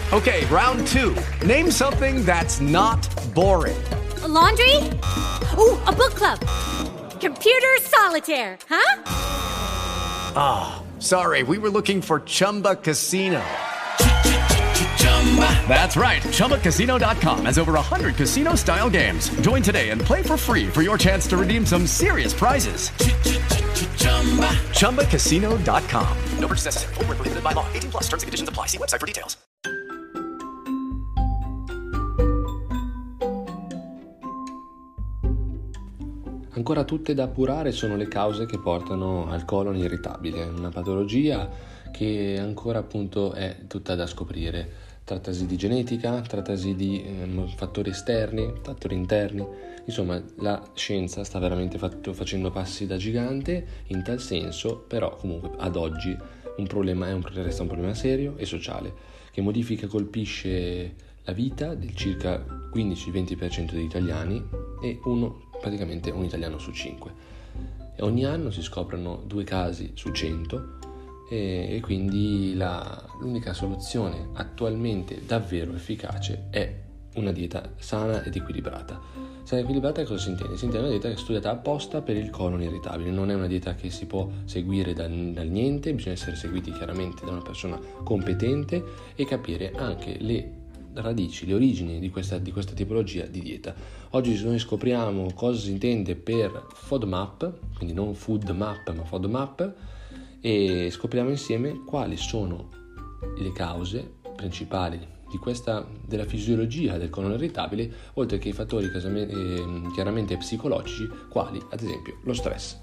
Okay, round two. Name something that's not boring. A laundry? Ooh, a book club. Computer solitaire, huh? Ah, sorry, we were looking for Chumba Casino. That's right, ChumbaCasino.com has over 100 casino-style games. Join today and play for free for your chance to redeem some serious prizes. ChumbaCasino.com. No purchase necessary. Void where prohibited by law. 18 plus. Terms and conditions apply. See website for details. Ancora tutte da appurare sono le cause che portano al colon irritabile, una patologia che ancora appunto è tutta da scoprire. Trattasi di genetica, trattasi di fattori esterni, fattori interni, insomma la scienza sta veramente facendo passi da gigante in tal senso, però comunque ad oggi resta un problema serio e sociale che modifica e colpisce la vita del circa 15-20% degli italiani e praticamente un italiano su 5. E ogni anno si scoprono 2 casi su 100 e quindi l'unica soluzione attualmente davvero efficace è una dieta sana ed equilibrata. Sana ed equilibrata cosa si intende? Si intende una dieta che è studiata apposta per il colon irritabile, non è una dieta che si può seguire dal niente, bisogna essere seguiti chiaramente da una persona competente e capire anche le radici, le origini di questa tipologia di dieta. Oggi noi scopriamo cosa si intende per FODMAP, quindi non food map ma FODMAP, e scopriamo insieme quali sono le cause principali della fisiologia del colon irritabile, oltre che i fattori chiaramente psicologici, quali ad esempio lo stress.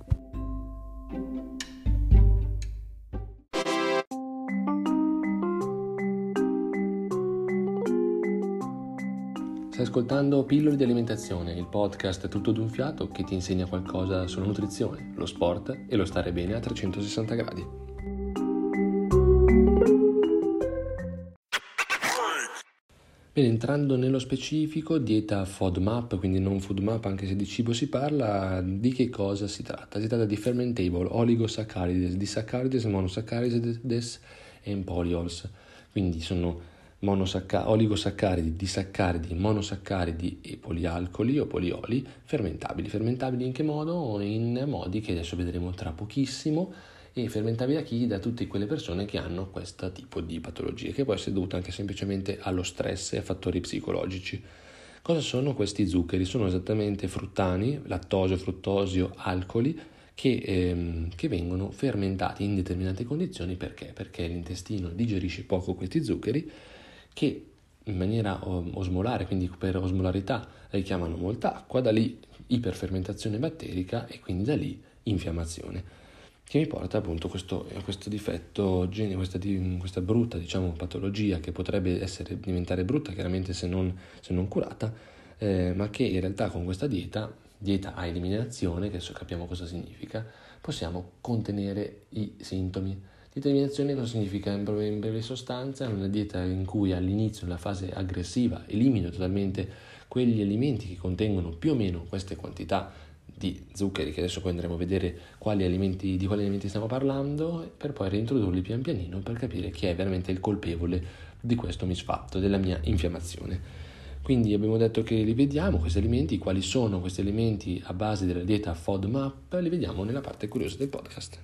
Stai ascoltando Pillole di Alimentazione, il podcast tutto d'un fiato che ti insegna qualcosa sulla nutrizione, lo sport e lo stare bene a 360 gradi. Bene, entrando nello specifico, dieta FODMAP, quindi non food map, anche se di cibo si parla, di che cosa si tratta? Si tratta di fermentable oligosaccharides, disaccharides, monosaccharides e polyols, quindi sono oligosaccaridi, disaccaridi, monosaccaridi e polialcoli o polioli fermentabili. Fermentabili in che modo? In modi che adesso vedremo tra pochissimo, e fermentabili da chi? Da tutte quelle persone che hanno questo tipo di patologie, che può essere dovuta anche semplicemente allo stress e a fattori psicologici. Cosa sono questi zuccheri? Sono esattamente fruttani, lattosio, fruttosio, alcoli, che vengono fermentati in determinate condizioni. Perché? Perché l'intestino digerisce poco questi zuccheri, che in maniera osmolare, quindi per osmolarità, richiamano molta acqua, da lì iperfermentazione batterica e quindi da lì infiammazione, che mi porta appunto a questo difetto, questa brutta patologia che potrebbe diventare brutta chiaramente se non curata, ma che in realtà con questa dieta a eliminazione, che capiamo cosa significa, possiamo contenere i sintomi. Determinazione cosa significa? In breve sostanza è una dieta in cui all'inizio, nella fase aggressiva, elimino totalmente quegli alimenti che contengono più o meno queste quantità di zuccheri, che adesso poi andremo a vedere di quali alimenti stiamo parlando, per poi reintrodurli pian pianino per capire chi è veramente il colpevole di questo misfatto, della mia infiammazione. Quindi abbiamo detto che li vediamo questi alimenti, quali sono questi alimenti a base della dieta FODMAP, li vediamo nella parte curiosa del podcast.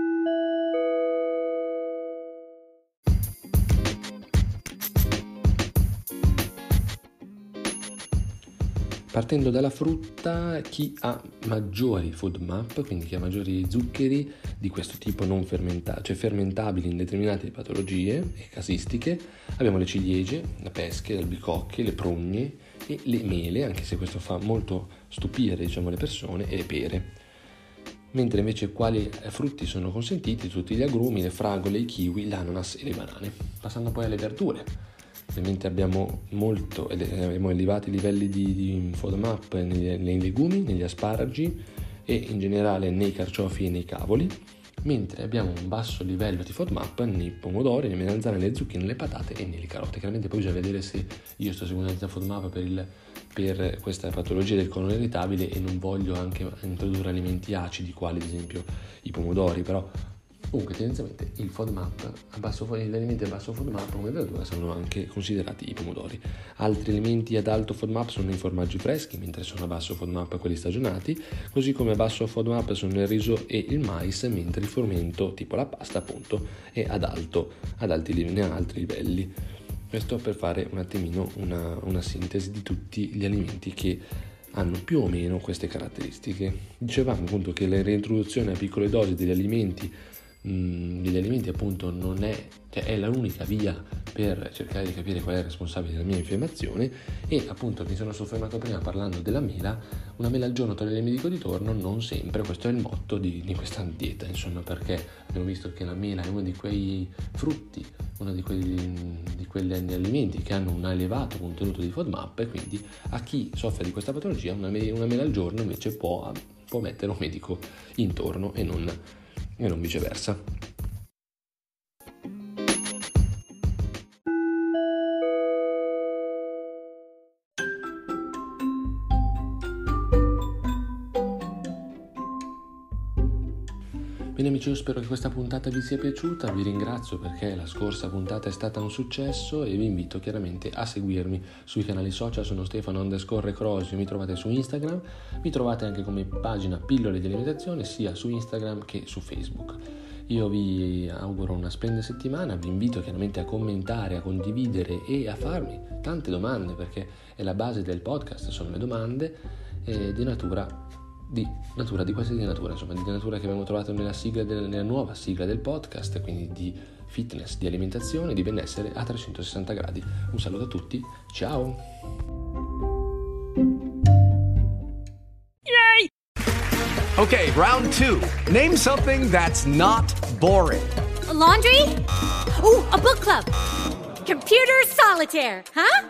Partendo dalla frutta, chi ha maggiori FODMAP, quindi chi ha maggiori zuccheri di questo tipo non fermentati, cioè fermentabili in determinate patologie e casistiche, abbiamo le ciliegie, le pesche, le albicocche, le prugne e le mele, anche se questo fa molto stupire le persone, e le pere. Mentre invece quali frutti sono consentiti? Tutti gli agrumi, le fragole, i kiwi, l'ananas e le banane. Passando poi alle verdure. Ovviamente abbiamo elevati livelli di FODMAP nei legumi, negli asparagi e in generale nei carciofi e nei cavoli, mentre abbiamo un basso livello di FODMAP nei pomodori, nelle melanzane, nelle zucchine, nelle patate e nelle carote. Chiaramente poi bisogna vedere se io sto seguendo la dieta FODMAP per questa patologia del colon irritabile e non voglio anche introdurre alimenti acidi quali ad esempio i pomodori, però Comunque tendenzialmente gli alimenti a basso FODMAP come verdura sono anche considerati i pomodori. Altri alimenti ad alto FODMAP sono i formaggi freschi, mentre sono a basso FODMAP quelli stagionati, così come a basso FODMAP sono il riso e il mais, mentre il frumento, tipo la pasta appunto, è ad alti livelli. Questo per fare un attimino una sintesi di tutti gli alimenti che hanno più o meno queste caratteristiche. Dicevamo appunto che la reintroduzione a piccole dosi degli alimenti appunto non è l'unica via per cercare di capire qual è il responsabile della mia infiammazione, e appunto mi sono soffermato prima parlando della mela. Una mela al giorno toglie il medico di torno, non sempre, questo è il motto di questa dieta, insomma, perché abbiamo visto che la mela è uno di quei frutti, uno di quegli alimenti che hanno un elevato contenuto di FODMAP, e quindi a chi soffre di questa patologia una mela al giorno invece può mettere un medico intorno e non viceversa. Bene amici, io spero che questa puntata vi sia piaciuta, vi ringrazio perché la scorsa puntata è stata un successo e vi invito chiaramente a seguirmi sui canali social. Sono Stefano_Recrosio, mi trovate su Instagram, mi trovate anche come pagina Pillole di Alimentazione sia su Instagram che su Facebook. Io vi auguro una splendida settimana, vi invito chiaramente a commentare, a condividere e a farmi tante domande, perché è la base del podcast, sono le domande di qualsiasi natura, insomma, di natura che abbiamo trovato nella nuova sigla del podcast, quindi di fitness, di alimentazione, di benessere a 360 gradi. Un saluto a tutti, ciao! Yay! Okay, round 2. Name something that's not boring. A laundry? Ooh, a book club. Computer solitaire, huh?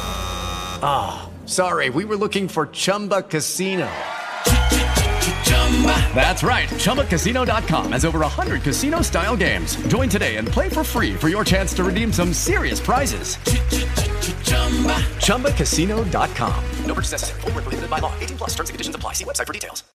Sorry, we were looking for Chumba Casino. That's right. ChumbaCasino.com has over 100 casino-style games. Join today and play for free for your chance to redeem some serious prizes. ChumbaCasino.com. No purchase necessary. Void where prohibited by law. 18+ terms and conditions apply. See website for details.